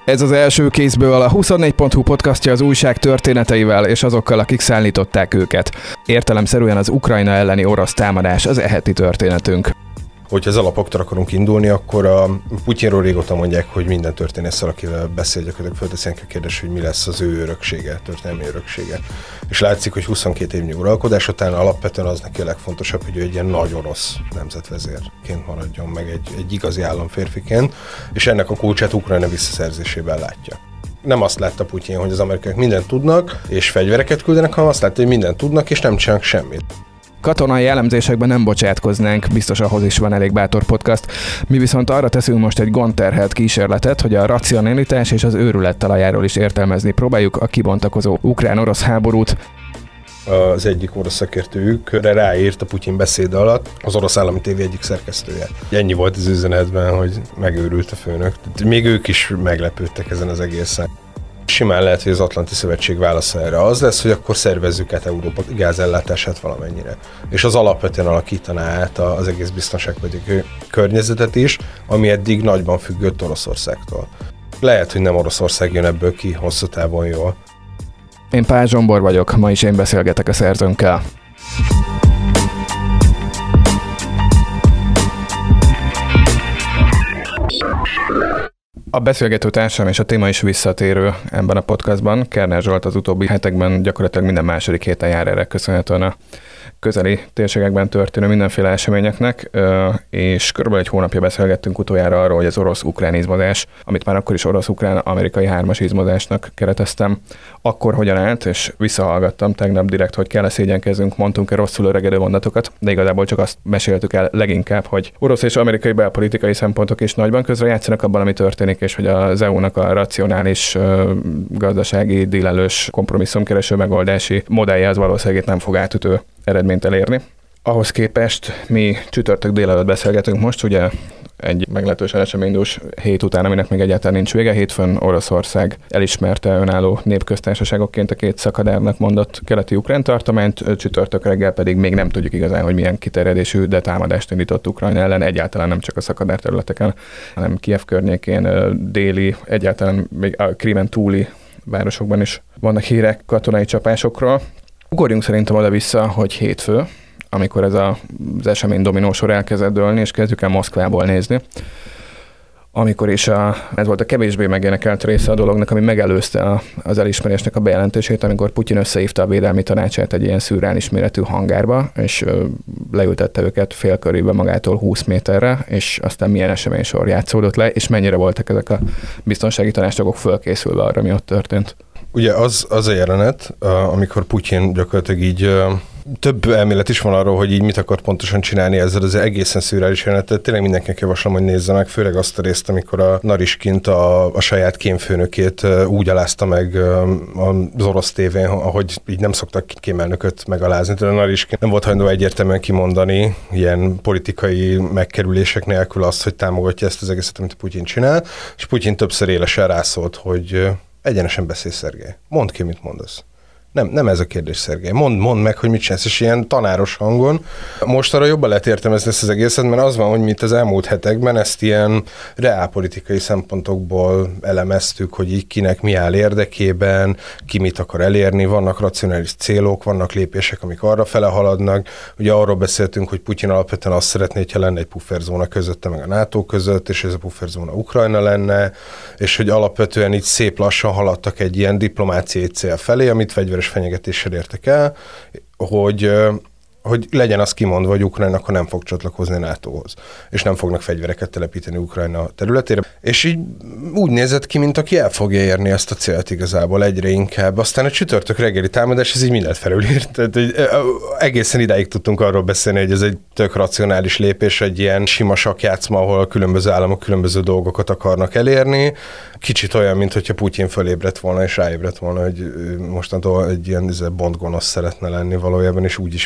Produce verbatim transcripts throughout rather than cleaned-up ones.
Ez az első kézből a huszonnégy pont hu podcastja az újság történeteivel és azokkal, akik szállították őket. Értelemszerűen az Ukrajna elleni orosz támadás az e heti történetünk. Hogyha az alapoktól akarunk indulni, akkor a Putyinról régóta mondják, hogy minden történésszel, akivel beszél, gyakorlatilag fölteszik a kérdés, hogy mi lesz az ő öröksége, történelmi öröksége. És látszik, hogy huszonkét évnyi uralkodás után alapvetően az neki a legfontosabb, hogy ő egy ilyen nagy orosz nemzetvezérként maradjon meg, egy, egy igazi államférfiként, és ennek a kulcsát Ukrajna visszaszerzésében látja. Nem azt látta Putyin, hogy az amerikaiak mindent tudnak, és fegyvereket küldenek, hanem azt látta, hogy mindent tudnak, és nem csinálnak semmit. Katonai jellemzésekben nem bocsátkoznánk, biztos ahhoz is van elég bátor podcast. Mi viszont arra teszünk most egy gondterhelt kísérletet, hogy a racionalitás és az őrület talajáról is értelmezni próbáljuk a kibontakozó ukrán-orosz háborút. Az egyik orosz szakértőjükre ráírt a Putyin beszéd alatt az orosz állami tévé egyik szerkesztője. Ennyi volt az üzenetben, hogy megőrült a főnök. Még ők is meglepődtek ezen az egészen. Simán lehet, hogy az Atlanti Szövetség válasza erre az lesz, hogy akkor szervezzük át Európa gázellátását valamennyire. És az alapvetően alakítaná át az egész biztonságpolitikai környezetet is, ami eddig nagyban függött Oroszországtól. Lehet, hogy nem Oroszország jön ebből ki hosszú távon jól. Én Pál Zsombor vagyok, ma is én beszélgetek a szerzőnkkel. A beszélgető társam és a téma is visszatérő ebben a podcastban. Kerner Zsolt az utóbbi hetekben gyakorlatilag minden második héten jár erre köszönhetően a közeli térségekben történő mindenféle eseményeknek, és körülbelül egy hónapja beszélgettünk utoljára arról, hogy az orosz-ukrán izmozás, amit már akkor is orosz-ukrán-amerikai hármas izmozásnak kereteztem, akkor hogyan állt, és visszahallgattam tegnap direkt, hogy kell-e szégyenkezzünk, mondtunk-e rosszul öregedő mondatokat, de igazából csak azt meséltük el leginkább, hogy orosz és amerikai belpolitikai szempontok is nagyban közrejátszanak abban, ami történik, és hogy az é u-nak a racionális gazdasági, dílelős, kompromisszumkereső megoldási modellje az valószínűleg nem fog átütő eredményt elérni. Ahhoz képest mi csütörtök délelőtt beszélgetünk most, ugye egy meglehetősen eseménydús hét után, aminek még egyáltalán nincs vége. Hétfőn Oroszország elismerte önálló népköztársaságokként a két szakadárnak mondott keleti ukrán tartományt, csütörtök reggel pedig még nem tudjuk igazán, hogy milyen kiterjedésű, de támadást indított Ukrajna ellen, egyáltalán nem csak a szakadár területeken, hanem Kijev környékén, déli, egyáltalán még a Krímen túli városokban is vannak hírek katonai csapásokról. Ugorjunk szerintem oda-vissza, hogy hétfő, amikor ez a, az esemény dominósor elkezdett dőlni, és kezdjük el Moszkvából nézni. Amikor is a, ez volt a kevésbé megénekelt része a dolognak, ami megelőzte a, az elismerésnek a bejelentését, amikor Putyin összehívta a védelmi tanácsát egy ilyen szürreális méretű hangárba, és ö, leültette őket félkörülbelül magától húsz méterre, és aztán milyen eseménysor játszódott le, és mennyire voltak ezek a biztonsági tanácstagok fölkészülve arra, mi ott történt. Ugye az, az a jelenet, amikor Putyin gyakorlatilag így több elmélet is van arról, hogy így mit akar pontosan csinálni ezzel az egészen szürreális jelenetet. Tényleg mindenkinek javaslom, hogy nézze meg, főleg azt a részt, amikor a Nariskint a, a saját kémfőnökét úgy alázta meg az orosz tévén, ahogy így nem szoktak kémelnököt megalázni. Tehát a Nariskint nem volt hajlandó egyértelműen kimondani ilyen politikai megkerülések nélkül azt, hogy támogatja ezt az egészet, amit Putyin csinál, és Putyin többször élesen rászólt, hogy egyenesen beszélj, Szergej. Mondd ki, mit mondasz. Nem, nem ez a kérdés, Szergej. Mondd, mondd meg, hogy mit csinálsz, és ilyen tanáros hangon. Most arra jobban lehet értelmezni ezt az egészet, mert az van, hogy mint az elmúlt hetekben ezt ilyen reálpolitikai szempontokból elemeztük, hogy így kinek mi áll érdekében, ki mit akar elérni, vannak racionális célok, vannak lépések, amik arra fele haladnak. Ugye arról beszéltünk, hogy Putyin alapvetően azt szeretné, hogyha lenne egy pufferzóna közötte meg a NATO között, és ez a pufferzóna Ukrajna lenne, és hogy alapvetően így szép lassan haladtak egy ilyen diplomáciai cél felé, amit fegyveres fenyegetéssel értek el, hogy, hogy legyen az kimondva, hogy Ukrajna akkor nem fog csatlakozni a nátóhoz, és nem fognak fegyvereket telepíteni Ukrajna területére. És így úgy nézett ki, mint aki el fogja érni ezt a célt igazából egyre inkább. Aztán a csütörtök reggeli támadás, ez így mindent felülírt. Tehát, hogy egészen idáig tudtunk arról beszélni, hogy ez egy tök racionális lépés, egy ilyen sima sakkjátszma, ahol különböző államok különböző dolgokat akarnak elérni. Kicsit olyan, mint hogyha Putyin fölébredt volna, és ráébredt volna, hogy mostantól egy ilyen Bond gonosz szeretne lenni valójában, és úgy is viselkedik.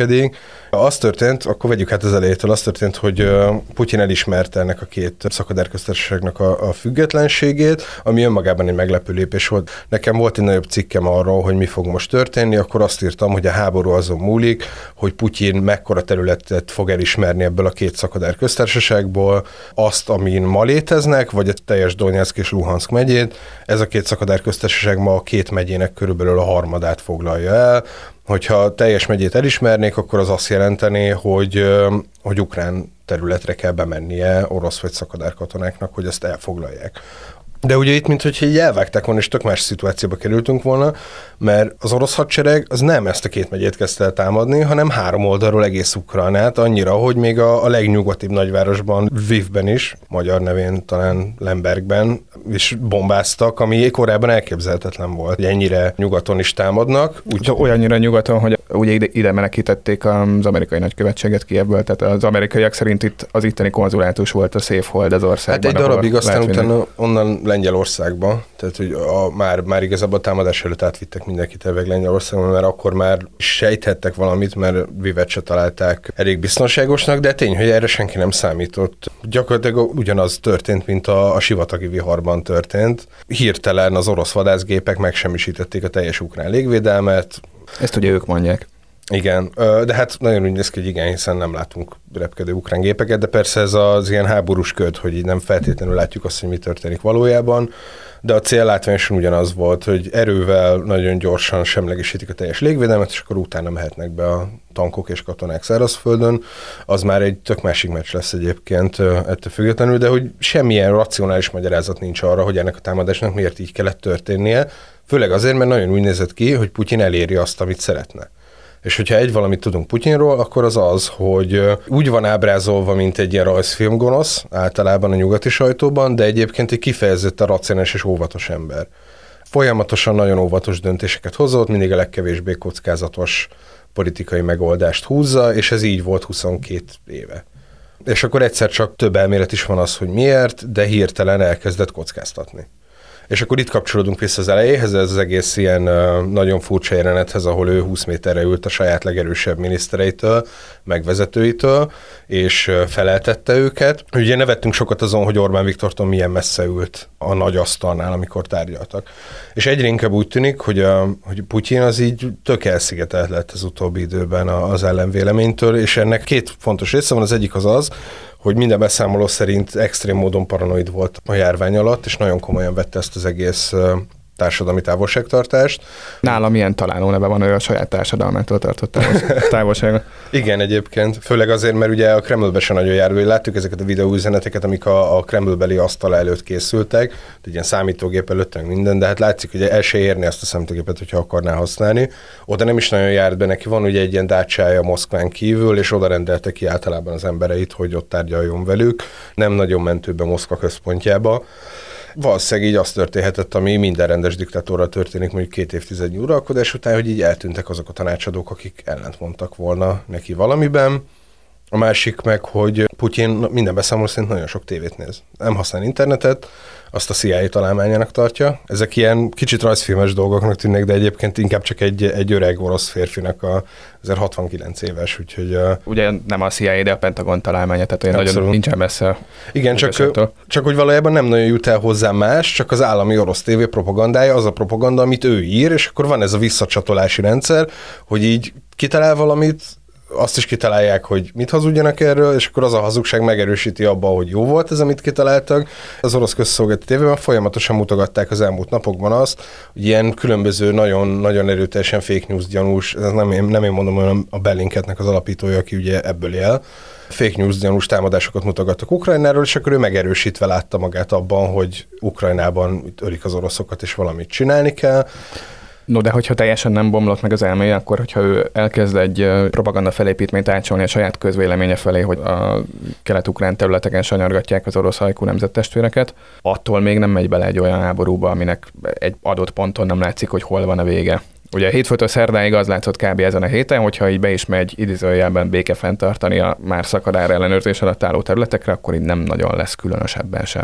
működik. Az történt, akkor vegyük hát az elejétől, az történt, hogy Putyin elismerte ennek a két szakadárköztársaságnak a, a függetlenségét, ami önmagában egy meglepő lépés volt. Nekem volt egy nagyobb cikkem arról, hogy mi fog most történni, akkor azt írtam, hogy a háború azon múlik, hogy Putyin mekkora területet fog elismerni ebből a két szakadárköztársaságból, azt, amin ma léteznek, vagy a teljes Donetszk és Luhanszk megyét. Ez a két szakadárköztársaság ma a két megyének körülbelül a harmadát foglalja el. Hogyha teljes megyét elismernék, akkor az azt jelenteni, hogy, hogy ukrán területre kell bemennie orosz vagy szakadár katonáknak, hogy azt elfoglalják. De ugye itt, minthogy így elvágták volna, és tök más szituációba kerültünk volna, mert az orosz hadsereg az nem ezt a két megyét kezdte el támadni, hanem három oldalról egész Ukrajnát, annyira, hogy még a, a legnyugatibb nagyvárosban, Lvivben is, magyar nevén talán Lembergben is bombáztak, ami korábban elképzelhetetlen volt, hogy ennyire nyugaton is támadnak. Úgy... Olyannyira nyugaton, hogy ugye ide, ide menekítették az amerikai nagykövetséget Kijevből, tehát az amerikaiak szerint itt az itteni konzulátus volt a safe hold az országban. Hát egy darabig, aztán utána onnan Lengyelországba, tehát hogy a, már, már igazából a támadás előtt átvittek mindenkit elveg Lengyelországban, mert akkor már sejthettek valamit, mert Lvivet se találták elég biztonságosnak, de tény, hogy erre senki nem számított. Gyakorlatilag ugyanaz történt, mint a, a sivatagi viharban történt. Hirtelen az orosz vadászgépek megsemmisítették a teljes ukrán légvédelmet. Ezt ugye ők mondják. Igen, de hát nagyon úgy néz ki, hogy igen, hiszen nem látunk repkedő ukrán gépeket, de persze ez az ilyen háborús köd, hogy így nem feltétlenül látjuk azt, hogy mi történik valójában, de a cél látványosan ugyanaz volt, hogy erővel nagyon gyorsan semlegesítik a teljes légvédelmet, és akkor utána mehetnek be a tankok és katonák szárazföldön. Az már egy tök másik meccs lesz egyébként ettől függetlenül, de hogy semmilyen racionális magyarázat nincs arra, hogy ennek a támadásnak miért így kellett történnie, főleg azért, mert nagyon úgy nézett ki, hogy Putyin eléri azt, amit szeretne. És hogyha egy valamit tudunk Putyinról, akkor az az, hogy úgy van ábrázolva, mint egy ilyen rajzfilm gonosz, általában a nyugati sajtóban, de egyébként egy kifejezetten racionális és óvatos ember. Folyamatosan nagyon óvatos döntéseket hozott, mindig a legkevésbé kockázatos politikai megoldást húzza, és ez így volt huszonkét éve. És akkor egyszer csak több elmélet is van az, hogy miért, de hirtelen elkezdett kockáztatni. És akkor itt kapcsolódunk vissza az elejéhez, ez az egész ilyen uh, nagyon furcsa jelenethez, ahol ő húsz méterre ült a saját legerősebb minisztereitől, megvezetőitől, és uh, feleltette őket. Ugye nevettünk sokat azon, hogy Orbán Viktortól milyen messze ült a nagy asztalnál, amikor tárgyaltak. És egyre inkább úgy tűnik, hogy, a, hogy Putyin az így tök elszigetelt lett az utóbbi időben az ellenvéleménytől, és ennek két fontos része van. Az egyik az az, hogy minden beszámoló szerint extrém módon paranoid volt a járvány alatt, és nagyon komolyan vette ezt az egész társadalmi távolságtartást. Nálam ilyen találó neve van, ő a saját társadalmától tartott távolságot. Igen, egyébként. Főleg azért, mert ugye a Kremlbe sem nagyon jár, hogy láttuk ezeket a videóüzeneteket, amik a, a Kremlbeli asztal előtt készültek, egy ilyen számítógép előtt, minden, de hát látszik, hogy el se érni azt a számítógépet, hogyha akarná használni. Oda nem is nagyon járt be, neki van ugye egy ilyen dácsája Moszkván kívül, és oda rendelte ki általában az embereit, hogy ott tárgyaljon velük. Nem nagyon ment be Moszkva központjába. Valószínűleg így az történhetett, ami minden rendes diktátorral történik mondjuk két évtizednyi uralkodás után, hogy így eltűntek azok a tanácsadók, akik ellent mondtak volna neki valamiben. A másik meg, hogy Putyin minden beszámoló szerint nagyon sok tévét néz. Nem használ internetet, azt a C I A találmányának tartja. Ezek ilyen kicsit rajzfilmes dolgoknak tűnnek, de egyébként inkább csak egy, egy öreg orosz férfinak a azért hatvankilenc éves, úgyhogy... Ugye nem a C I A, de a Pentagon találmánya, tehát olyan nagyon nincsen messze. Igen, csak, csak hogy valójában nem nagyon jut el hozzá más, csak az állami orosz tévé propagandája, az a propaganda, amit ő ír, és akkor van ez a visszacsatolási rendszer, hogy így kitalál valamit, azt is kitalálják, hogy mit hazudjanak erről, és akkor az a hazugság megerősíti abban, hogy jó volt ez, amit kitaláltak. Az orosz közszolgálati tévében folyamatosan mutogatták az elmúlt napokban azt, hogy ilyen különböző nagyon, nagyon erőteljesen fake news gyanús, ez nem én, nem én mondom, hanem a Bellingcatnek az alapítója, aki ugye ebből él, fake news gyanús támadásokat mutogattak Ukrajnáról, és akkor ő megerősítve látta magát abban, hogy Ukrajnában ölik az oroszokat, és valamit csinálni kell. No, de hogyha teljesen nem bomlott meg az elméje, akkor hogyha ő elkezd egy propaganda felépítményt átcsolni a saját közvéleménye felé, hogy a kelet-ukrán területeken sanyargatják az orosz hajkú nemzettestvéreket, attól még nem megy bele egy olyan háborúba, aminek egy adott ponton nem látszik, hogy hol van a vége. Ugye hétfőtől szerdáig az látszott kb. Ezen a héten, hogyha így be is megy idézőjelben béke fenntartani a már szakadár ellenőrzés alatt álló területekre, akkor így nem nagyon lesz különösebben semmi.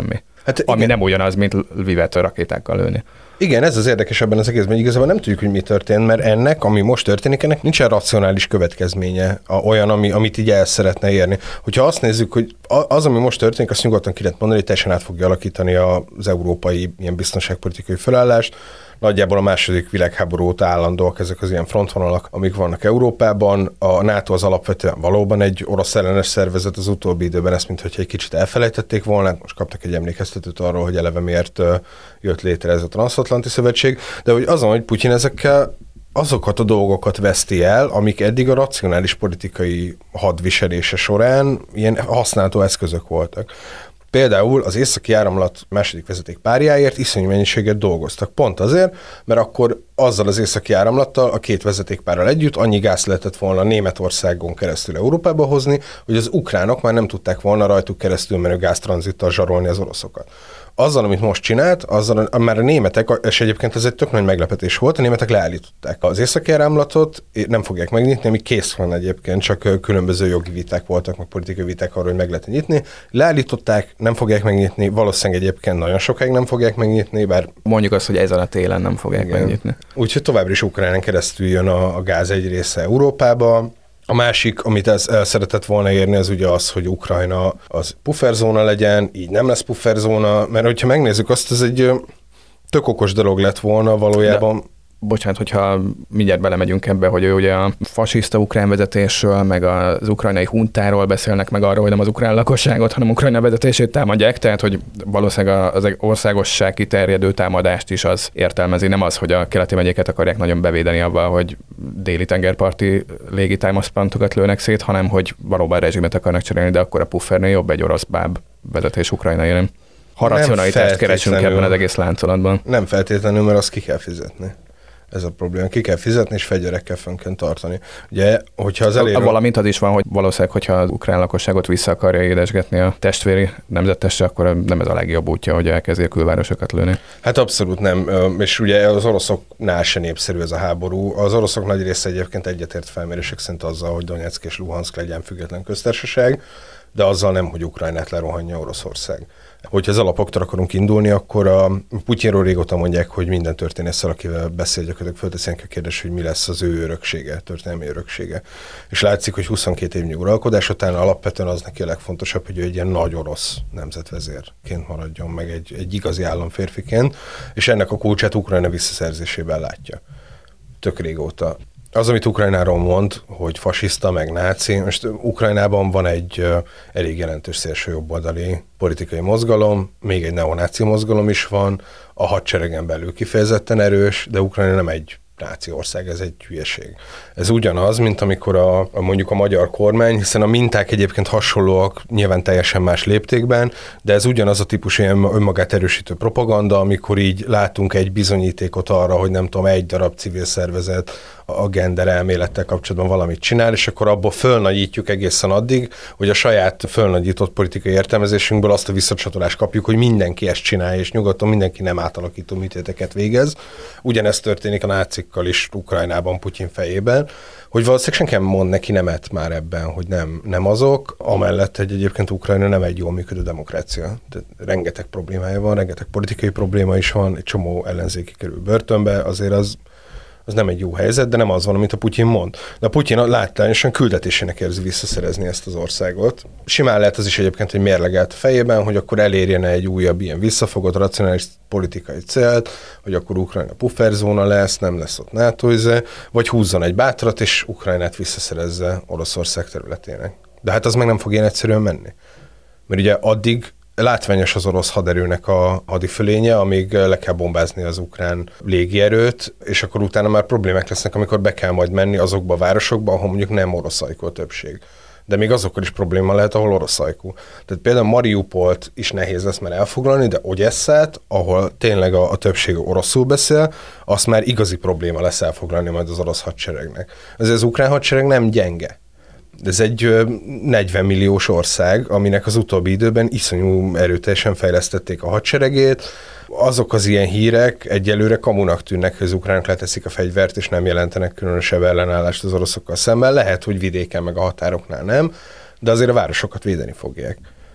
Hát ami igen. nem ugyanaz, mint Lvivet rakétákkal lőni. Igen, ez az érdekes ebben az egészben, igazából nem tudjuk, hogy mi történt, mert ennek, ami most történik, ennek nincsen racionális következménye, a, olyan, ami, amit így el szeretne érni. Hogyha azt nézzük, hogy az, ami most történik, azt nyugodtan ki lehet mondani, hogy teljesen át fogja alakítani az európai ilyen biztonságpolitikai felállást. Nagyjából a második világháború óta állandóak ezek az ilyen frontvonalak, amik vannak Európában. A NATO az alapvetően valóban egy orosz ellenes szervezet, az utóbbi időben ezt mintha egy kicsit elfelejtették volna, most kaptak egy emlékeztetőt arról, hogy eleve miért jött létre ez a Transatlanti Szövetség, de hogy azon, hogy Putyin ezekkel azokat a dolgokat veszti el, amik eddig a racionális politikai hadviselése során ilyen használható eszközök voltak. Például az északi áramlat második vezeték párjáért iszonyú mennyiséget dolgoztak. Pont azért, mert akkor azzal az északi áramlattal, a két vezetékpárral együtt annyi gáz lehetett volna Németországon keresztül Európába hozni, hogy az ukránok már nem tudták volna rajtuk keresztül menő gáztranzittal zsarolni az oroszokat. Azzal, amit most csinált, azzal már a németek, és egyébként ez egy tök nagy meglepetés volt, a németek leállították az északi áramlatot, nem fogják megnyitni, ami kész van egyébként, csak különböző jogi viták voltak, meg politikai viták arról, hogy meg lehet nyitni. Leállították, nem fogják megnyitni, valószínűleg egyébként nagyon sokáig nem fogják megnyitni, bár... Mondjuk azt, hogy ezen a télen nem fogják igen. megnyitni. Úgyhogy továbbra is Ukránán keresztül jön a, a gáz egy része Európába. A másik, amit el, el szeretett volna érni, az ugye az, hogy Ukrajna az pufferzóna legyen, így nem lesz pufferzóna, mert hogyha megnézzük azt, ez egy tök okos dolog lett volna valójában. De, bocsánat, hogyha mindjárt belemegyünk ebbe, hogy ő ugye a fasiszta ukrán vezetésről, meg az ukrajnai huntáról beszélnek meg arról, hogy nem az ukrán lakosságot, hanem Ukrajna vezetését támadják, tehát hogy valószínűleg az országosság kiterjedő támadást is az értelmezi, nem az, hogy a keleti megyéket akarják nagyon bevédeni avval, hogy déli tengerparti légitámaszpontokat lőnek szét, hanem hogy valóban rezsimet akarnak cserélni, de akkor a puffernél jobb egy orosz báb vezetés Ukrajna élén. Ha racionalitást keresünk ebben az egész láncolatban. Nem feltétlenül, mert azt ki kell fizetni. Ez a probléma. Ki kell fizetni, és fegyverekkel fönn kell tartani. Ugye, hogyha az elérő... Valamint az is van, hogy valószínűleg, hogyha az ukrán lakosságot vissza akarja édesgetni a testvéri nemzettesre, akkor nem ez a legjobb útja, hogy elkezdje külvárosokat lőni. Hát abszolút nem. És ugye az oroszoknál se népszerű ez a háború. Az oroszok nagy része egyébként egyetért felmérések szerint azzal, hogy Donetsk és Luhansk legyen független köztársaság, de azzal nem, hogy Ukrajnát lerohanja Oroszország. Hogyha az alapoktól akarunk indulni, akkor a Putyinról régóta mondják, hogy minden történésszel, akivel beszél, gyakorlatilag fölteszik a kérdés, hogy mi lesz az ő öröksége, történelmi öröksége. És látszik, hogy huszonkét évnyi uralkodás után alapvetően az neki a legfontosabb, hogy ő egy ilyen nagy orosz nemzetvezérként maradjon meg, egy, egy igazi államférfiként, és ennek a kulcsát Ukrajna visszaszerzésében látja. Tök régóta. Az, amit Ukrajnáról mond, hogy fasiszta, meg náci, most Ukrajnában van egy uh, elég jelentős szélsőjobboldali politikai mozgalom, még egy neonáci mozgalom is van, a hadseregen belül kifejezetten erős, de Ukrajna nem egy náci ország, ez egy hülyeség. Ez ugyanaz, mint amikor a, a mondjuk a magyar kormány, hiszen a minták egyébként hasonlóak, nyilván teljesen más léptékben, de ez ugyanaz a típusú önmagát erősítő propaganda, amikor így látunk egy bizonyítékot arra, hogy nem tudom, egy darab civil szervezet a gender elmélettel kapcsolatban valamit csinál, és akkor abból fölnagyítjuk egészen addig, hogy a saját fölnagyított politikai értelmezésünkből azt a visszacsatolást kapjuk, hogy mindenki ezt csinálja, és nyugodtan mindenki nem átalakító műtéteket végez. Ugyanezt történik a nácikkal is Ukrajnában, Putyin fejében, hogy valószínűleg senki nem mond neki nemet már ebben, hogy nem, nem azok, amellett, hogy egyébként Ukrajna nem egy jól működő demokrácia. Tehát rengeteg problémája van, rengeteg politikai probléma is van, egy csomó ellenzéki kerül börtönbe, azért az az nem egy jó helyzet, de nem az van, amit a Putyin mond. De a Putyin látványosan küldetésének érzi visszaszerezni ezt az országot. Simán lehet az is egyébként, hogy mérlegelt a fejében, hogy akkor elérjene egy újabb ilyen visszafogott, racionális politikai célt, hogy akkor Ukrajna pufferzóna lesz, nem lesz ott NATO, vagy húzzon egy bátrat, és Ukrajnát visszaszerezze Oroszország területének. De hát az meg nem fog ilyen egyszerűen menni. Mert ugye addig látványos az orosz haderőnek a hadifölénye, amíg le kell bombázni az ukrán légierőt, és akkor utána már problémák lesznek, amikor be kell majd menni azokba a városokba, ahol mondjuk nem orosz ajkú a többség. De még azokkal is probléma lehet, ahol orosz ajkú. Tehát például Mariupolt is nehéz lesz már elfoglalni, de Ogyesszát, ahol tényleg a, a többség oroszul beszél, azt már igazi probléma lesz elfoglalni majd az orosz hadseregnek. Ezért az ukrán hadsereg nem gyenge. Ez egy negyven milliós ország, aminek az utóbbi időben iszonyú erőteljesen fejlesztették a hadseregét. Azok az ilyen hírek egyelőre kamunak tűnnek, hogy az ukránok leteszik a fegyvert, és nem jelentenek különösebb ellenállást az oroszokkal szemben. Lehet, hogy vidéken meg a határoknál nem, de azért a városokat védeni fogják.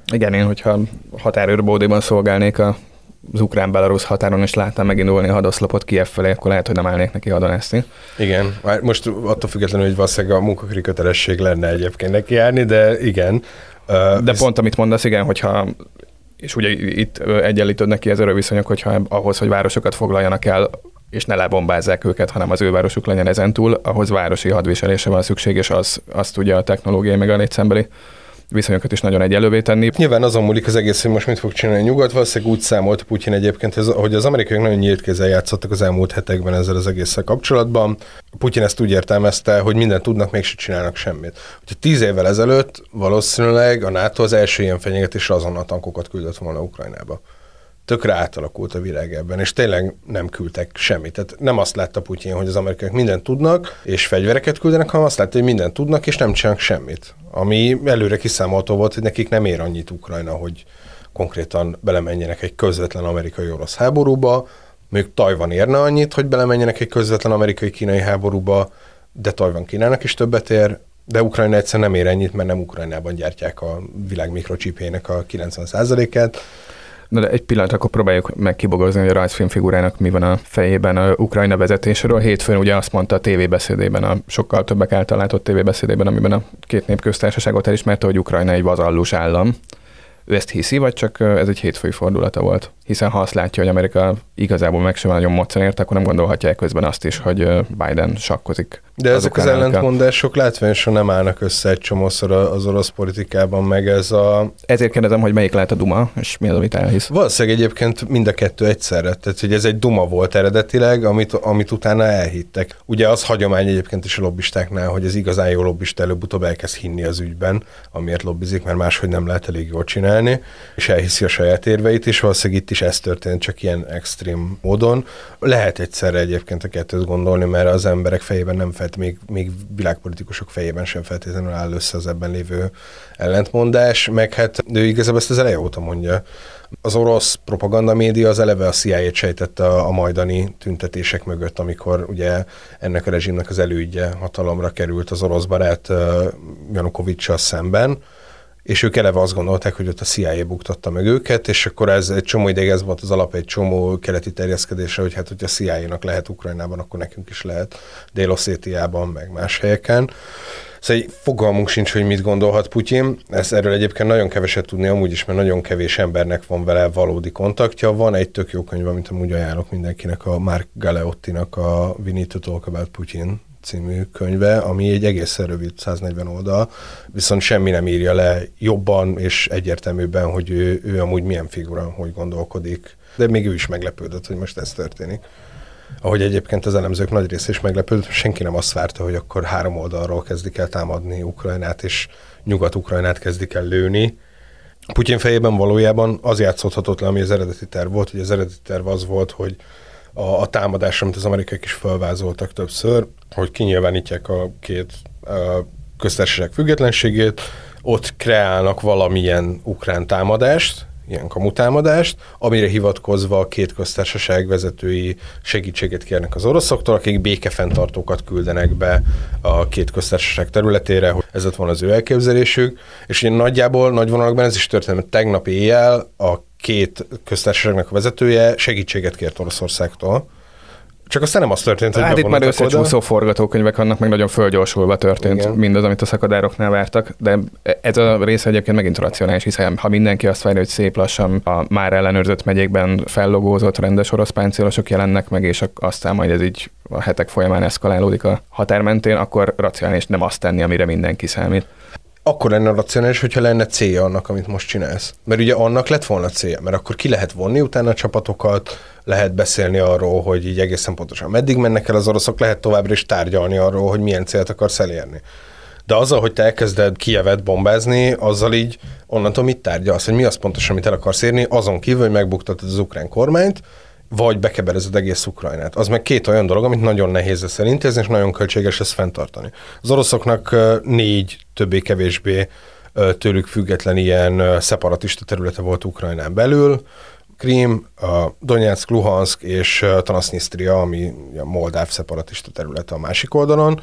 Igen, én, hogyha határőrbódéban szolgálnék a az ukrán-belarusz határon, és láttam megindulni a hadoszlopot Kijev felé, akkor lehet, hogy nem állnék neki hadonászni. Igen, most attól függetlenül, hogy valószínűleg a munkaköri kötelesség lenne egyébként neki járni, de igen. Uh, de ez... pont amit mondasz, igen, hogyha, és ugye itt egyenlítődnek ki az erőviszonyok, hogyha ahhoz, hogy városokat foglaljanak el, és ne lebombázzák őket, hanem az ő városuk legyen ezentúl, ahhoz városi hadviselésre van szükség, és az, azt tudja a technológiai meg a létszembeli viszonyokat is nagyon egyelővé tenni. Nyilván azon múlik az egész, hogy most mit fog csinálni nyugat. Valószínűleg úgy számolt Putyin egyébként, hogy az amerikaiak nagyon nyílt kézzel játszottak az elmúlt hetekben ezzel az egésszel kapcsolatban. Putyin ezt úgy értelmezte, hogy mindent tudnak, mégse csinálnak semmit. Hogyha tíz évvel ezelőtt valószínűleg a NATO az első ilyen fenyegetésre azonnal tankokat küldött volna Ukrajnába. Tökre átalakult a világ ebben, és tényleg nem küldtek semmit. Tehát nem azt látta Putyin, hogy az amerikaiak mindent tudnak, és fegyvereket küldenek, hanem azt látta, hogy mindent tudnak, és nem csinálnak semmit. Ami előre kiszámolható volt, hogy nekik nem ér annyit Ukrajna, hogy konkrétan belemenjenek egy közvetlen amerikai-orosz háborúba, még Tajvan érne annyit, hogy belemenjenek egy közvetlen amerikai-kínai háborúba, de Tajvan Kínának is többet ér, de Ukrajna egyszer nem ér ennyit, mert nem Ukrajnában gyártják a világ mikrocsipjének a kilencven százalékát. Na de egy pillanat, akkor próbáljuk meg kibogozni, hogy a rajzfilm figurának mi van a fejében a Ukrajna vezetéséről. Hétfőn ugye azt mondta a tévébeszédében, a sokkal többek által látott tévébeszédében, amiben a két népköztársaságot elismerte, hogy Ukrajna egy vazallus állam. Ő ezt hiszi, vagy csak ez egy hétfői fordulata volt? Hiszen ha azt látja, hogy Amerika igazából meg sem nagyon moccan érte, akkor nem gondolhatja közben azt is, hogy Biden sakkozik. De ezek az ellentmondások látványosan nem állnak össze egy csomószor az orosz politikában, meg ez a... Ezért kérdezem, hogy melyik lehet a duma, és mi az, amit elhisz? Valószínűleg egyébként mind a kettő egyszerre. Tehát, hogy ez egy duma volt eredetileg, amit, amit utána elhittek. Ugye az hagyomány egyébként is a lobbistáknál, hogy az igazán jó lobbista előbb-utóbb elkezd hinni az ügyben, amiért lobbizik, mert máshogy nem lehet elég jól csinálni, és elhiszi a saját érveit, és valószínűleg itt is ez történt, csak ilyen extrém módon. Lehet egyszerre egyébként a kettőt gondolni, mert az emberek fejében nem felt, még, még világpolitikusok fejében sem feltétlenül áll össze az ebben lévő ellentmondás, meg hát ő igazából ezt az eleje óta mondja. Az orosz propaganda média az eleve a C I A-t sejtette a, a majdani tüntetések mögött, amikor ugye ennek a rezsimnek az elődje hatalomra került az orosz barát uh, Janukovics-sal szemben, és ők eleve azt gondolták, hogy ott a C I A buktatta meg őket, és akkor ez egy csomó ideig ez volt az alap egy csomó keleti terjeszkedésre, hogy hát, hogyha a C I A-nak lehet Ukrajnában, akkor nekünk is lehet Dél-Oszétiában, meg más helyeken. Szóval fogalmunk sincs, hogy mit gondolhat Putyin. Ezt erről egyébként nagyon keveset tudni amúgy is, mert nagyon kevés embernek van vele valódi kontaktja. Van egy tök jó könyv, amit amúgy ajánlok mindenkinek, a Mark Galeottinak a We Need to Talk About Putin című könyve, ami egy egészen rövid, száznegyven oldal, viszont semmi nem írja le jobban és egyértelműbben, hogy ő, ő amúgy milyen figura, hogy gondolkodik. De még ő is meglepődött, hogy most ez történik. Ahogy egyébként az elemzők nagy része is meglepődött, senki nem azt várta, hogy akkor három oldalról kezdik el támadni Ukrajnát, és Nyugat-Ukrajnát kezdik el lőni. Putyin fejében valójában az játszódhatott le, ami az eredeti terv volt, hogy az eredeti terv az volt, hogy a, a támadás, amit az amerikaiak is felvázoltak többször, hogy kinyilvánítják a két a köztársaság függetlenségét, ott kreálnak valamilyen ukrán támadást, ilyen kamutámadást, amire hivatkozva a két köztársaság vezetői segítséget kérnek az oroszoktól, akik békefenntartókat küldenek be a két köztársaság területére, hogy ez ott van az ő elképzelésük, és ugye nagyjából, nagy vonalakban ez is történt, mert tegnap éjjel a két köztársaságnak a vezetője segítséget kért Oroszországtól. Csak aztán nem az történt, hogy hát itt már összecsúszó forgatókönyvek vannak, meg nagyon fölgyorsulva történt. Igen. Mindaz, amit a szakadároknál vártak, de ez a része egyébként megint racionális, hiszen ha mindenki azt várja, hogy szép lassan a már ellenőrzött megyékben fellogózott rendes orosz páncélosok jelennek meg, és aztán majd ez így a hetek folyamán eszkalálódik a határ mentén, akkor racionális nem azt tenni, amire mindenki számít. Akkor lenne racionális, hogyha lenne célja annak, amit most csinálsz. Mert ugye annak lett volna célja, mert akkor ki lehet vonni utána a csapatokat, lehet beszélni arról, hogy így egészen pontosan meddig mennek el az oroszok, lehet továbbra is tárgyalni arról, hogy milyen célt akarsz elérni. De azzal, hogy te elkezded Kijevet bombázni, azzal így onnantól mit tárgyalsz, hogy mi az pontosan, amit el akarsz érni, azon kívül, hogy megbuktatod az ukrán kormányt, vagy bekeberezed egész Ukrajnát. Az meg két olyan dolog, amit nagyon nehéz lesz elintézni, és nagyon költséges ezt fenntartani. Az oroszoknak négy többé-kevésbé tőlük független ilyen szeparatista területe volt Ukrajnán belül, Krím, Donetsk, Luhansk és Transnistria, ami a moldáv szeparatista területe a másik oldalon.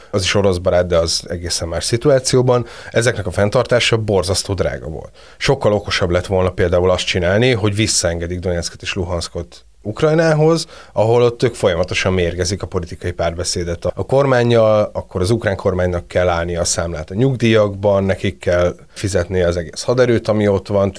az is orosz barát, de az egészen más szituációban. Ezeknek a fenntartása borzasztó drága volt. Sokkal okosabb lett volna például azt csinálni, hogy visszaengedik Donyecket és Luhanszkot Ukrajnához, ahol ott ők folyamatosan mérgezik a politikai párbeszédet a kormánnyal, akkor az ukrán kormánynak kell állni a számlát a nyugdíjakban, nekik kell fizetni az egész haderőt, ami ott van.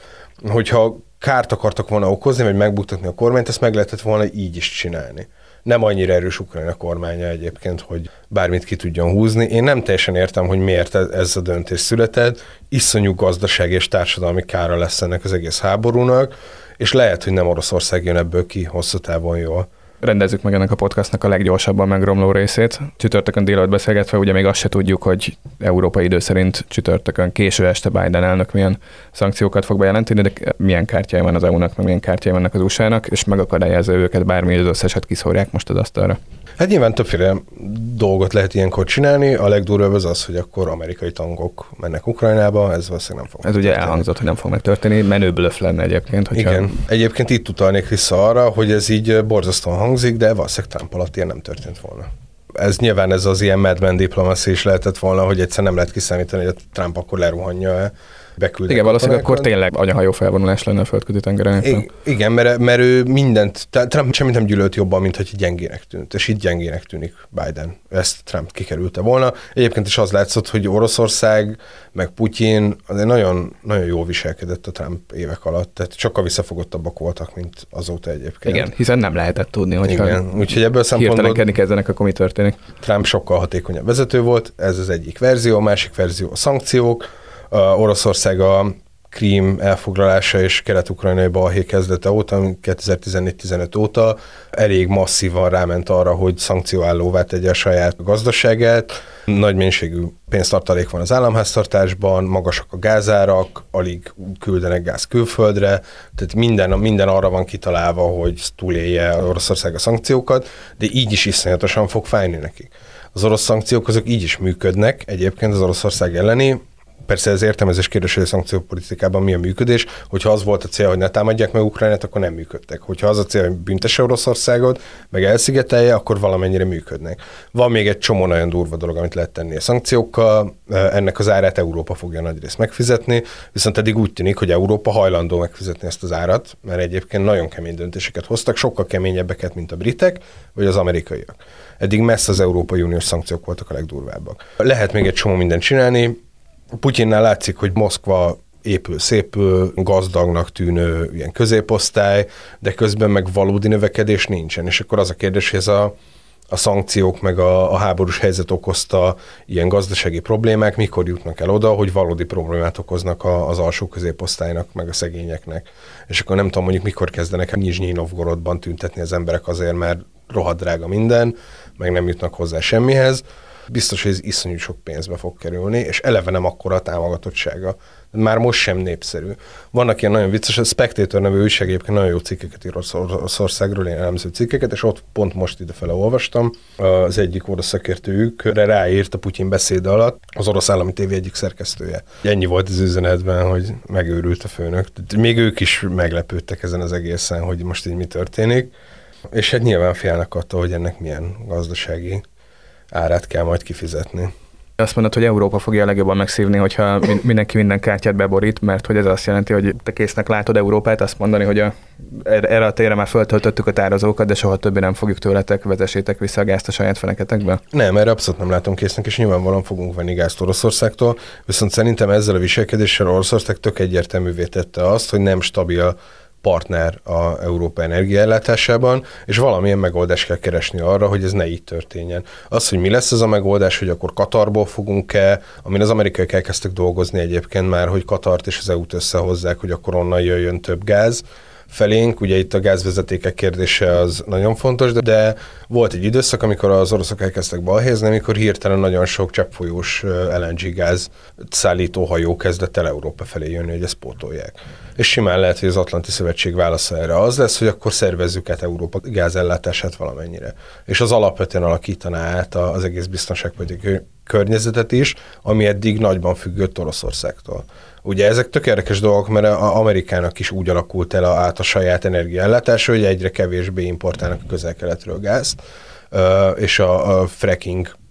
Hogyha kárt akartak volna okozni, vagy megbuktatni a kormányt, ezt meg lehetett volna így is csinálni. Nem annyira erős Ukrajna kormánya egyébként, hogy bármit ki tudjon húzni. Én nem teljesen értem, hogy miért ez a döntés született. Iszonyú gazdasági és társadalmi kára lesz ennek az egész háborúnak, és lehet, hogy nem Oroszország jön ebből ki hosszú távon jól. Rendezzük meg ennek a podcastnak a leggyorsabban megromló részét. Csütörtökön délelőtt beszélgetve, ugye még azt se tudjuk, hogy európai idő szerint csütörtökön késő este Biden elnök milyen szankciókat fog bejelenteni, de milyen kártyája van az é u-nak, meg milyen kártyája vannak az u es á-nak, és megakadályozza őket bármi, az összeset kiszórják most az asztalra. Hát nyilván többféle dolgot lehet ilyenkor csinálni, a legdurvább az az, hogy akkor amerikai tankok mennek Ukrajnába, ez valószínűleg nem fog. Ez ugye elhangzott, hogy nem fog megtörténni, menő blöff lenne egyébként. Hogyha... Igen, egyébként itt utalnék vissza arra, hogy ez így borzasztóan hangzik, de valószínűleg Trump alatt ilyen nem történt volna. Ez nyilván ez az ilyen Mad Men diplomacy is lehetett volna, hogy egyszer nem lehet kiszámítani, hogy a Trump akkor leruhanja-e. Igen, valószínűleg akkor tényleg anyahajó felvonulás lenne a földközi tengeren. I- igen, mert, mert ő mindent, Trump semmit nem gyűlölt jobban, mint hogy gyengének tűnt, és így gyengének tűnik Biden. Ezt Trump kikerülte volna. Egyébként is az látszott, hogy Oroszország, meg Putyin azért nagyon, nagyon jól viselkedett a Trump évek alatt, tehát sokkal visszafogottabbak voltak, mint azóta egyébként. Igen, hiszen nem lehetett tudni, hogy igen. Úgyhogy ebből hirtelenkedni kezdenek, akkor mi történik. Trump sokkal hatékonyabb vezető volt, ez az egyik verzió, a másik verzió a szankciók. A Oroszország a Krím elfoglalása és kelet-ukrajnai balhé kezdete óta, kétezer-tizennégy tizenöt óta elég masszívan ráment arra, hogy szankcióállóvá tegye a saját gazdaságát. Nagy mennyiségű pénztartalék van az államháztartásban, magasak a gázárak, alig küldenek gáz külföldre, tehát minden, minden arra van kitalálva, hogy túlélje Oroszország a szankciókat, de így is iszonyatosan fog fájni nekik. Az orosz szankciók azok így is működnek egyébként az Oroszország elleni. Persze ez értelmezés kérdés, hogy a szankciópolitikában mi a működés. Hogyha az volt a cél, hogy ne támadják meg Ukrajnát, akkor nem működtek. Hogyha az a cél, hogy büntesse Oroszországot, meg elszigetelje, akkor valamennyire működnek. Van még egy csomó nagyon durva dolog, amit lehet tenni a szankciókkal. Ennek az árát Európa fogja nagyrészt megfizetni, viszont eddig úgy tűnik, hogy Európa hajlandó megfizetni ezt az árat, mert egyébként nagyon kemény döntéseket hoztak, sokkal keményebbeket, mint a britek vagy az amerikaiak. Eddig messze az Európai Uniós szankciók voltak a legdurvábbak. Lehet még egy csomó mindent csinálni. Putyinnál látszik, hogy Moszkva épül, szépül, gazdagnak tűnő ilyen középosztály, de közben meg valódi növekedés nincsen. És akkor az a kérdés, hogy ez a, a szankciók meg a, a háborús helyzet okozta ilyen gazdasági problémák mikor jutnak el oda, hogy valódi problémát okoznak a, az alsó középosztálynak, meg a szegényeknek. És akkor nem tudom, mondjuk mikor kezdenek Nizsnyi Novgorodban tüntetni az emberek azért, mert rohadt drága minden, meg nem jutnak hozzá semmihez. Biztos, hogy ez iszonyú sok pénzbe fog kerülni, és eleve nem akkora a támogatottsága. Már most sem népszerű. Vannak ilyen nagyon vicces, a Spectator nevű újság egyébként nagyon jó cikkeket ír Oroszországról, ilyen elemző cikkeket, és ott pont most idefele olvastam. Az egyik orosz szakértőjükre ráírt a Putyin beszéde alatt az orosz állami tévé egyik szerkesztője. Ennyi volt az üzenetben, hogy megőrült a főnök. Még ők is meglepődtek ezen az egészen, hogy most így mi történik. És hát nyilván félnek attól, hogy ennek milyen gazdasági árát kell majd kifizetni. Azt mondod, hogy Európa fogja a legjobban megszívni, hogyha mindenki minden kártyát beborít, mert hogy ez azt jelenti, hogy te késznek látod Európát, azt mondani, hogy a, erre a térre már föltöltöttük a tározókat, de soha többé nem fogjuk tőletek, vezessétek vissza a gázt a saját feneketekbe? Nem, erre abszolút nem látom késznek, és nyilvánvalóan fogunk venni gázt Oroszországtól, viszont szerintem ezzel a viselkedéssel Oroszország tök egyértelművé tette azt, hogy nem stabil partner a Európa energiaellátásában, és valamilyen megoldást kell keresni arra, hogy ez ne így történjen. Az, hogy mi lesz ez a megoldás, hogy akkor Katarból fogunk-e, amin az amerikaiak elkezdtek dolgozni egyébként már, hogy Katart és az é u-t összehozzák, hogy akkor onnan jöjjön több gáz felénk. Ugye itt a gázvezetékek kérdése az nagyon fontos, de, de volt egy időszak, amikor az oroszok elkezdtek balhézni, amikor hirtelen nagyon sok cseppfolyós el en gé gáz szállító hajó kezdett el Európa felé jönni, hogy ezt pótolják. És simán lehet, hogy az Atlanti Szövetség válasza erre az lesz, hogy akkor szervezzük át Európa gázellátását valamennyire. És az alapvetően alakítaná át az egész biztonságpolitikai környezetet is, ami eddig nagyban függött Oroszországtól. Ugye ezek tök érdekes dolgok, mert az Amerikának is úgy alakult el át a saját energiaellátása, hogy egyre kevésbé importálnak a közel-keletről gázt, és a, a fracking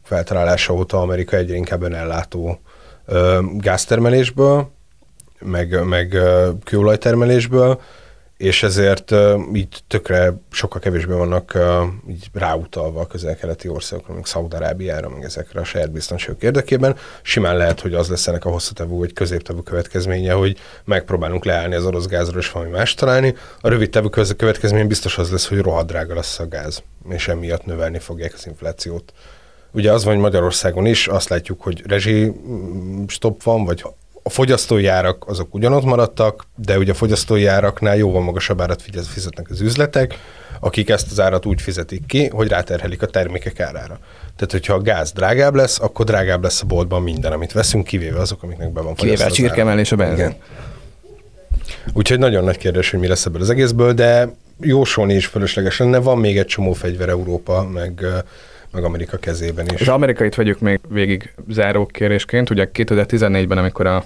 feltalálása óta Amerika egyre inkább önellátó gáztermelésből, meg, meg kőolajtermelésből, és ezért uh, így tökre sokkal kevésbé vannak uh, így ráutalva a közel-keleti országokra, meg Szaúd-Arábiára, meg ezekre a saját biztonságok érdekében. Simán lehet, hogy az lesz ennek a hosszú távú vagy középtávú következménye, hogy megpróbálunk leállni az orosz gázról, és valami más találni. A rövid távú következmény biztos az lesz, hogy rohadt drága lesz a gáz, és emiatt növelni fogják az inflációt. Ugye az van, hogy Magyarországon is azt látjuk, hogy rezsi stop van, vagy a fogyasztói árak azok ugyanott maradtak, de ugye a fogyasztói áraknál jóval magasabb árat fizetnek az üzletek, akik ezt az árat úgy fizetik ki, hogy ráterhelik a termékek árára. Tehát, hogyha a gáz drágább lesz, akkor drágább lesz a boltban minden, amit veszünk, kivéve azok, amiknek be van fogyasztva. Kivéve a csirkemelés a benzin. Úgyhogy nagyon nagy kérdés, hogy mi lesz ebből az egészből, de jósolni is fölösleges lenne. Van még egy csomó fegyver Európa, meg meg Amerika kezében is. Az amerikait vegyük még végig záró kérésként. Ugye kétezer-tizennégyben, amikor a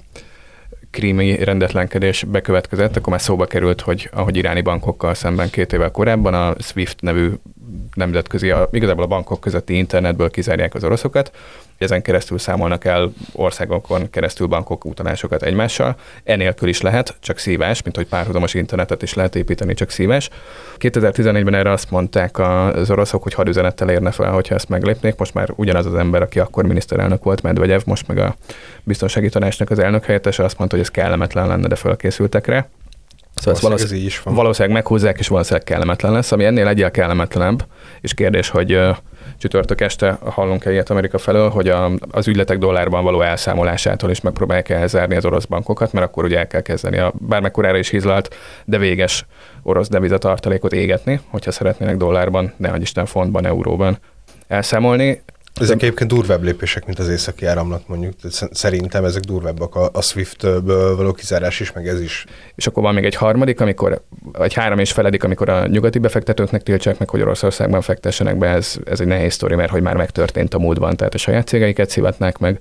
krími rendetlenkedés bekövetkezett, akkor már szóba került, hogy ahogy iráni bankokkal szemben két évvel korábban a SWIFT nevű nemzetközi, a, igazából a bankok közötti internetből kizárják az oroszokat, ezen keresztül számolnak el országokon keresztül bankok utalásokat egymással. Enélkül is lehet, csak szívás, mint hogy párhuzamos internetet is lehet építeni, csak szívás. kétezer-tizennégyben erre azt mondták az oroszok, hogy hadüzenettel érne fel, hogyha ezt meglépnék. Most már ugyanaz az ember, aki akkor miniszterelnök volt, Medvegyev, most meg a biztonsági tanácsnak az elnök helyettese, azt mondta, hogy ez kellemetlen lenne, de fölkészültek rá. Szóval valószínűleg, ez is van. Valószínűleg meghúzzák, és valószínűleg kellemetlen lesz, ami ennél egyel kellemetlenebb, és kérdés, hogy uh, csütörtök este hallunk-e ilyet Amerika felől, hogy a, az ügyletek dollárban való elszámolásától is megpróbálják elzárni az orosz bankokat, mert akkor ugye el kell kezdeni a bármekkorára is hízlalt, de véges orosz devizatartalékot égetni, hogyha szeretnének dollárban, nehogy Isten fontban, euróban elszámolni. Ezek egyébként durvább lépések, mint az északi áramlat, mondjuk. Szerintem ezek durvábbak, a, a SWIFT-ből való kizárás is, meg ez is. És akkor van még egy harmadik, amikor, vagy három és feledik, amikor a nyugati befektetőknek tiltsák meg, hogy Oroszországban fektessenek be. Ez, ez egy nehéz sztori, mert hogy már megtörtént a múltban, tehát a saját cégeiket szivatnák meg.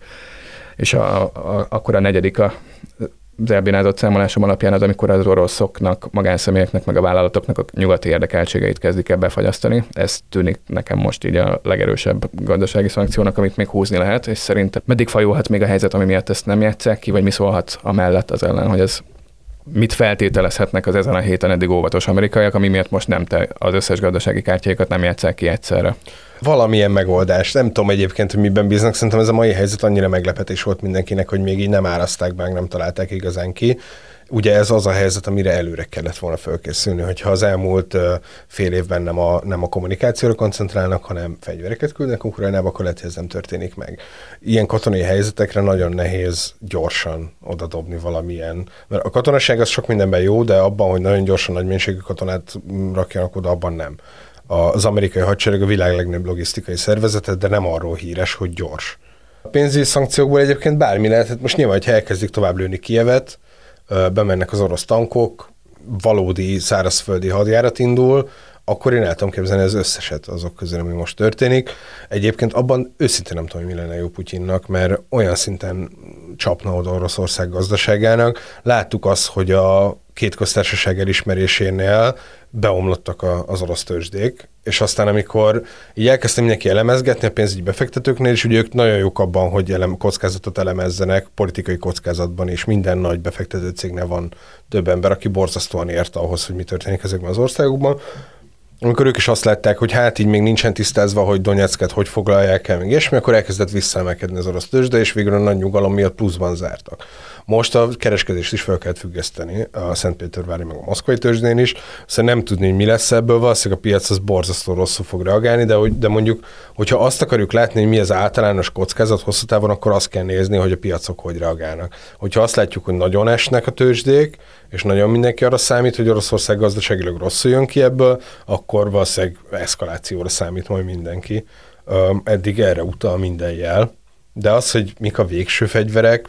És a, a, akkor a negyedik a az elbírázott számolásom alapján az, amikor az oroszoknak, magánszemélyeknek, meg a vállalatoknak a nyugati érdekeltségeit kezdik el befagyasztani. Ez tűnik nekem most így a legerősebb gazdasági szankciónak, amit még húzni lehet, és szerintem meddig fajulhat még a helyzet, ami miatt ezt nem játsszák ki, vagy mi szólhat amellett az ellen, hogy ez mit feltételezhetnek az ezen a héten eddig óvatos amerikaiak, ami miatt most nem te az összes gazdasági kártyáikat nem játsszák ki egyszerre. Valamilyen megoldás. Nem tudom egyébként, hogy miben bíznak. Szerintem ez a mai helyzet annyira meglepetés volt mindenkinek, hogy még így nem árazták be, nem találták igazán ki. Ugye ez az a helyzet, amire előre kellett volna felkészülni, hogyha az elmúlt uh, fél évben nem a, nem a kommunikációra koncentrálnak, hanem fegyvereket küldnek Ukrajnába, akkor lehet, hogy ez nem történik meg. Ilyen katonai helyzetekre nagyon nehéz gyorsan odadobni valamilyen, mert a katonaság az sok mindenben jó, de abban, hogy nagyon gyorsan nagy mennyiségű katonát rakjanak oda, abban nem. Az amerikai hadsereg a világ legnagyobb logisztikai szervezete, de nem arról híres, hogy gyors. A pénzügyi szankciókból egyébként bármi lehet, hát most nyilván, ha elkezdik tovább lőni Kijevet, bemennek az orosz tankok, valódi szárazföldi hadjárat indul, akkor én el tudom képzelni az összeset azok közül, ami most történik. Egyébként abban őszintén nem tudom, hogy mi lenne jó Putyinnak, mert olyan szinten csapna oda Oroszország gazdaságának. Láttuk azt, hogy a két köztársaság elismerésénél beomlottak a, az orosz tőzsdék, és aztán amikor így elkezdte mindenki elemezgetni a pénzügyi befektetőknél, és ugye ők nagyon jók abban, hogy elem, kockázatot elemezzenek, politikai kockázatban, és minden nagy befektető cégnél van több ember, aki borzasztóan ért ahhoz, hogy mi történik ezekben az országokban. Amikor ők is azt látták, hogy hát így még nincsen tisztázva, hogy Donyecket hogy foglalják el, még ilyesmi, akkor elkezdett visszaemelkedni az orosz tőzsde, és végül a nagy nyugalom miatt pluszban zártak. Most a kereskedést is fel kellett függeszteni a Szentpétervári meg a moszkvai tőzsdén is, szóval nem tudni, hogy mi lesz ebből, valószínűleg a piac az borzasztó rosszul fog reagálni, de, hogy, de mondjuk, hogyha azt akarjuk látni, hogy mi az általános kockázat hosszú távon, akkor azt kell nézni, hogy a piacok hogy reagálnak. Hogyha azt látjuk, hogy nagyon esnek a tőzsdék, és nagyon mindenki arra számít, hogy Oroszország gazdaságilag rosszul jön ki ebből, akkor valószínűleg eszkalációra számít majd mindenki. Eddig erre utal minden jel. De az, hogy mik a végső fegyverek,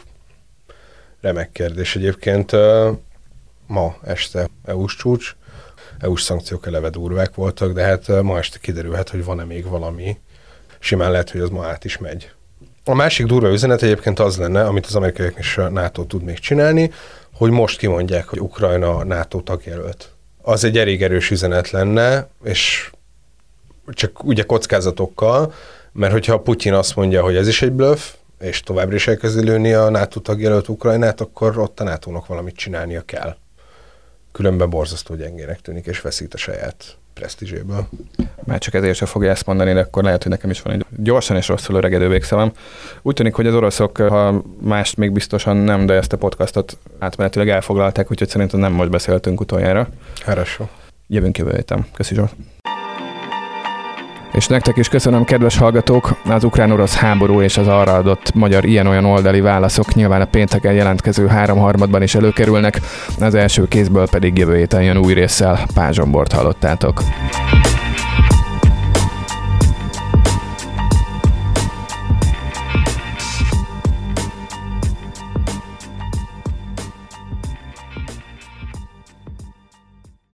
remek kérdés egyébként. Ma este é u-s csúcs, é u-s szankciók eleve durvák voltak, de hát ma este kiderülhet, hogy van-e még valami. Simán lehet, hogy az ma át is megy. A másik durva üzenet egyébként az lenne, amit az amerikaiak és a NATO tud még csinálni, hogy most kimondják, hogy Ukrajna NATO tagjelölt. Az egy elég erős üzenet lenne, és csak ugye kockázatokkal, Mert hogyha Putyin azt mondja, hogy ez is egy bluff, és továbbra is elkezdi lőni a NATO tagjelölt Ukrajnát, akkor ott a nátónak valamit csinálnia kell. Különben borzasztó gyengének tűnik, és veszít a saját presztízséből. Már csak ezért sem fogja ezt mondani, de akkor lehet, hogy nekem is van egy gyorsan és rosszul öregedő végszavam. Úgy tűnik, hogy az oroszok, ha mást még biztosan nem, de ezt a podcastot átmenetileg elfoglalták, úgyhogy szerintem nem most beszéltünk utoljára. Хорошо. Jövünk jövő héten. Köszi Zsolt. És nektek is köszönöm, kedves hallgatók, az ukrán-orosz háború és az arra adott magyar ilyen-olyan oldali válaszok nyilván a pénteken jelentkező háromharmadban is előkerülnek, az első kézből pedig jövő héten jön új résszel. Pázs Zsombort hallottátok.